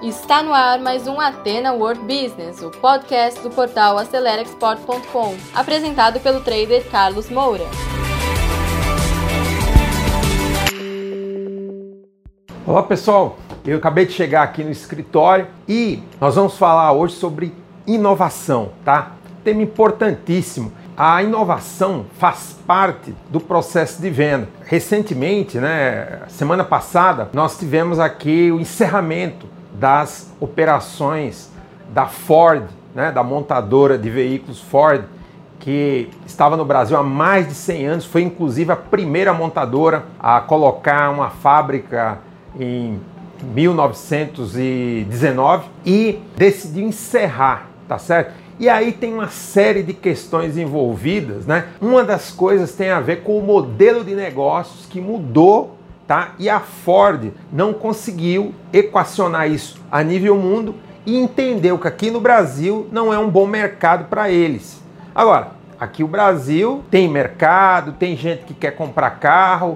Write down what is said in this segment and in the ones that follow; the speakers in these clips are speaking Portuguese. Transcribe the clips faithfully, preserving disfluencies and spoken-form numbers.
Está no ar mais um Athena World Business, o podcast do portal acelera export ponto com, apresentado pelo trader Carlos Moura. Olá pessoal, eu acabei de chegar aqui no escritório e nós vamos falar hoje sobre inovação, tá? Tema importantíssimo. A inovação faz parte do processo de venda. Recentemente, né, semana passada, nós tivemos aqui o encerramento das operações da Ford, né, da montadora de veículos Ford, que estava no Brasil há mais de cem anos, foi inclusive a primeira montadora a colocar uma fábrica em mil novecentos e dezenove e decidiu encerrar, tá certo? E aí tem uma série de questões envolvidas, né? Uma das coisas tem a ver com o modelo de negócios que mudou, tá? E a Ford não conseguiu equacionar isso a nível mundo e entendeu que aqui no Brasil não é um bom mercado para eles. Agora, aqui o Brasil tem mercado, tem gente que quer comprar carro.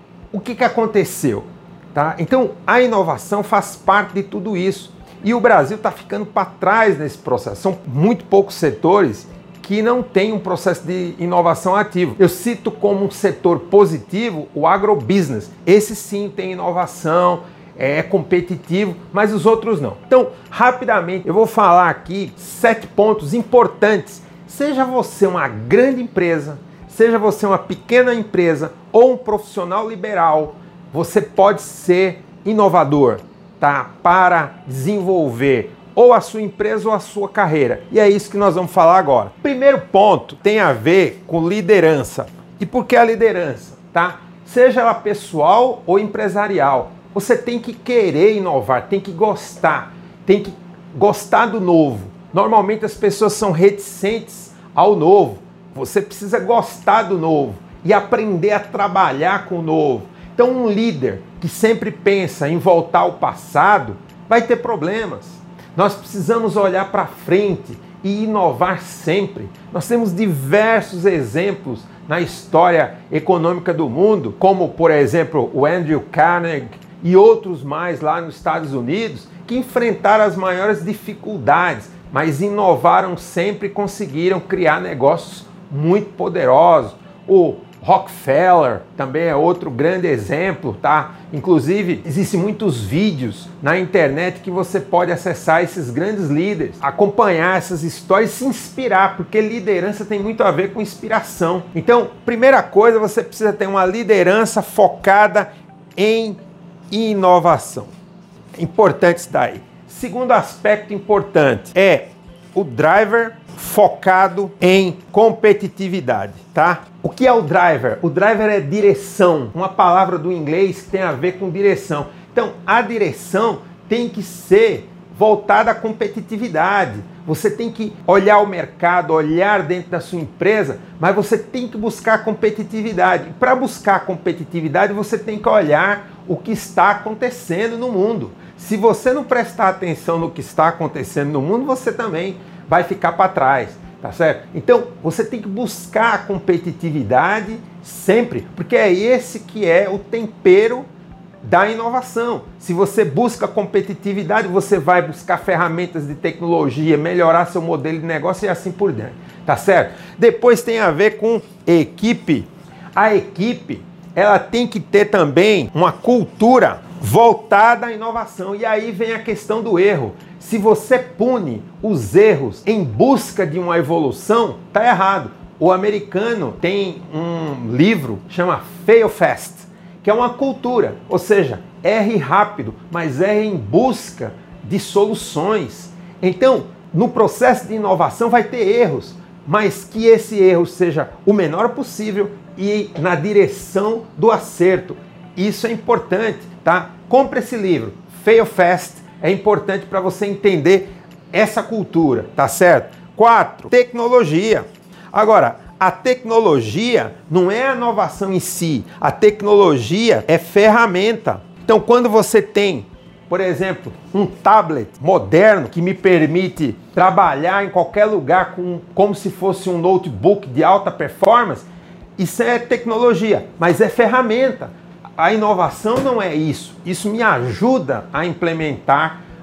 O que que aconteceu? Tá? Então, a inovação faz parte de tudo isso. E o Brasil está ficando para trás nesse processo. São muito poucos setores que não têm um processo de inovação ativo. Eu cito como um setor positivo o agrobusiness. Esse sim tem inovação, é competitivo, mas os outros não. Então, rapidamente, eu vou falar aqui sete pontos importantes. Seja você uma grande empresa, seja você uma pequena empresa ou um profissional liberal, você pode ser inovador, tá? Para desenvolver ou a sua empresa ou a sua carreira. E é isso que nós vamos falar agora. Primeiro ponto tem a ver com liderança. E por que a liderança? Tá? Seja ela pessoal ou empresarial, você tem que querer inovar, tem que gostar, tem que gostar do novo. Normalmente as pessoas são reticentes ao novo. Você precisa gostar do novo e aprender a trabalhar com o novo. Então um líder que sempre pensa em voltar ao passado vai ter problemas. Nós precisamos olhar para frente e inovar sempre. Nós temos diversos exemplos na história econômica do mundo, como por exemplo o Andrew Carnegie e outros mais lá nos Estados Unidos, que enfrentaram as maiores dificuldades, mas inovaram sempre e conseguiram criar negócios muito poderosos. O Rockefeller também é outro grande exemplo, tá? Inclusive, existem muitos vídeos na internet que você pode acessar esses grandes líderes, acompanhar essas histórias e se inspirar, porque liderança tem muito a ver com inspiração. Então, primeira coisa, você precisa ter uma liderança focada em inovação. Importante isso daí. Segundo aspecto importante é o driver focado em competitividade, tá? O que é o driver? O driver é direção, uma palavra do inglês que tem a ver com direção. Então, a direção tem que ser voltada à competitividade. Você tem que olhar o mercado, olhar dentro da sua empresa, mas você tem que buscar competitividade. Para buscar competitividade, você tem que olhar o que está acontecendo no mundo. Se você não prestar atenção no que está acontecendo no mundo, você também vai ficar para trás, tá certo? Então, você tem que buscar a competitividade sempre, porque é esse que é o tempero da inovação. Se você busca competitividade, você vai buscar ferramentas de tecnologia, melhorar seu modelo de negócio e assim por diante, tá certo? Depois tem a ver com equipe. A equipe, ela tem que ter também uma cultura voltada à inovação. E aí vem a questão do erro. Se você pune os erros em busca de uma evolução, tá errado. O americano tem um livro que chama Fail Fast, que é uma cultura, ou seja, erre rápido, mas erre em busca de soluções. Então, no processo de inovação vai ter erros, mas que esse erro seja o menor possível e na direção do acerto. Isso é importante, tá? Compre esse livro, Fail Fast, é importante para você entender essa cultura, tá certo? Quatro, tecnologia. Agora, a tecnologia não é a inovação em si, a tecnologia é ferramenta. Então, quando você tem, por exemplo, um tablet moderno que me permite trabalhar em qualquer lugar com, como se fosse um notebook de alta performance, isso é tecnologia, mas é ferramenta. A inovação não é isso. Isso me ajuda a implementar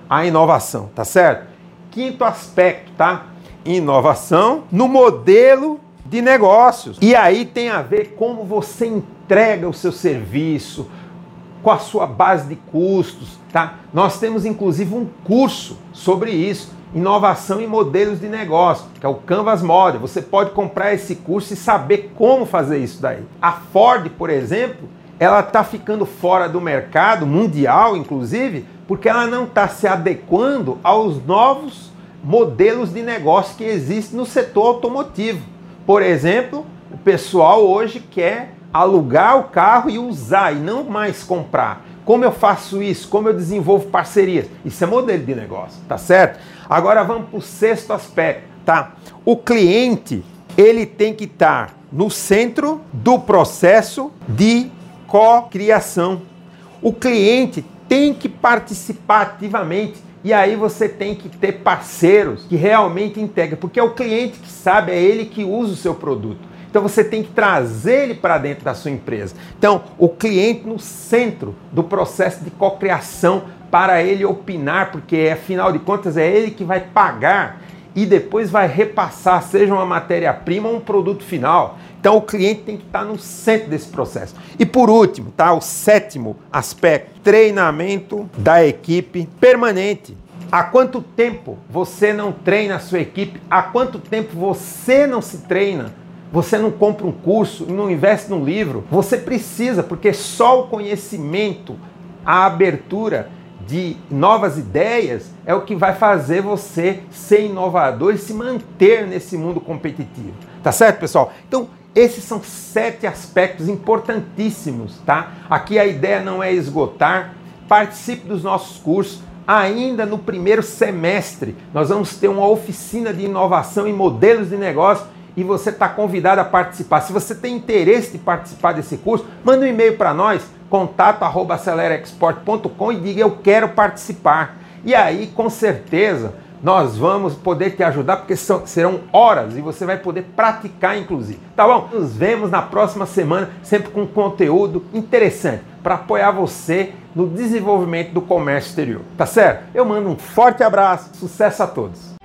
a inovação, tá certo? Quinto aspecto, tá? Inovação no modelo de negócios. E aí tem a ver como você entrega o seu serviço, com a sua base de custos, tá? Nós temos inclusive um curso sobre isso, inovação em modelos de negócio, que é o Canvas Model. Você pode comprar esse curso e saber como fazer isso daí. A Ford, por exemplo, ela está ficando fora do mercado mundial, inclusive, porque ela não está se adequando aos novos modelos de negócio que existem no setor automotivo. Por exemplo, o pessoal hoje quer alugar o carro e usar e não mais comprar. Como eu faço isso? Como eu desenvolvo parcerias? Isso é modelo de negócio, tá certo? Agora vamos para o sexto aspecto, tá? O cliente, ele tem que estar no centro do processo de cocriação. O cliente tem que participar ativamente. E aí você tem que ter parceiros que realmente integram, porque é o cliente que sabe, é ele que usa o seu produto. Então você tem que trazer ele para dentro da sua empresa. Então, o cliente no centro do processo de cocriação para ele opinar, porque afinal de contas é ele que vai pagar e depois vai repassar, seja uma matéria-prima ou um produto final. Então o cliente tem que estar no centro desse processo. E por último, tá, o sétimo aspecto, treinamento da equipe permanente. Há quanto tempo você não treina a sua equipe? Há quanto tempo você não se treina? Você não compra um curso, não investe num livro? Você precisa, porque só o conhecimento, a abertura de novas ideias é o que vai fazer você ser inovador e se manter nesse mundo competitivo. Tá certo, pessoal? Então, esses são sete aspectos importantíssimos, tá? Aqui a ideia não é esgotar. Participe dos nossos cursos. Ainda no primeiro semestre, nós vamos ter uma oficina de inovação em modelos de negócio e você está convidado a participar. Se você tem interesse de participar desse curso, manda um e-mail para nós, contato arroba acelera export ponto com e diga eu quero participar. E aí, com certeza, nós vamos poder te ajudar, porque são, serão horas e você vai poder praticar, inclusive. Tá bom? Nos vemos na próxima semana, sempre com conteúdo interessante para apoiar você no desenvolvimento do comércio exterior. Tá certo? Eu mando um forte abraço, sucesso a todos!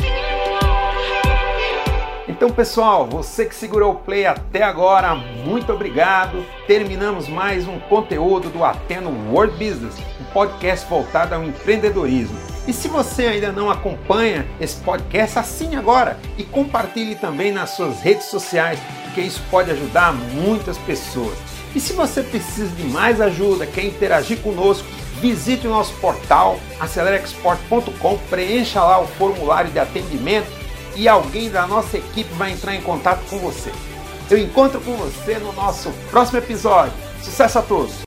Então, pessoal, você que segurou o play até agora, muito obrigado. Terminamos mais um conteúdo do Athena World Business, um podcast voltado ao empreendedorismo. E se você ainda não acompanha esse podcast, assine agora e compartilhe também nas suas redes sociais, porque isso pode ajudar muitas pessoas. E se você precisa de mais ajuda, quer interagir conosco, visite o nosso portal acelera export ponto com, preencha lá o formulário de atendimento e alguém da nossa equipe vai entrar em contato com você. Eu encontro com você no nosso próximo episódio. Sucesso a todos!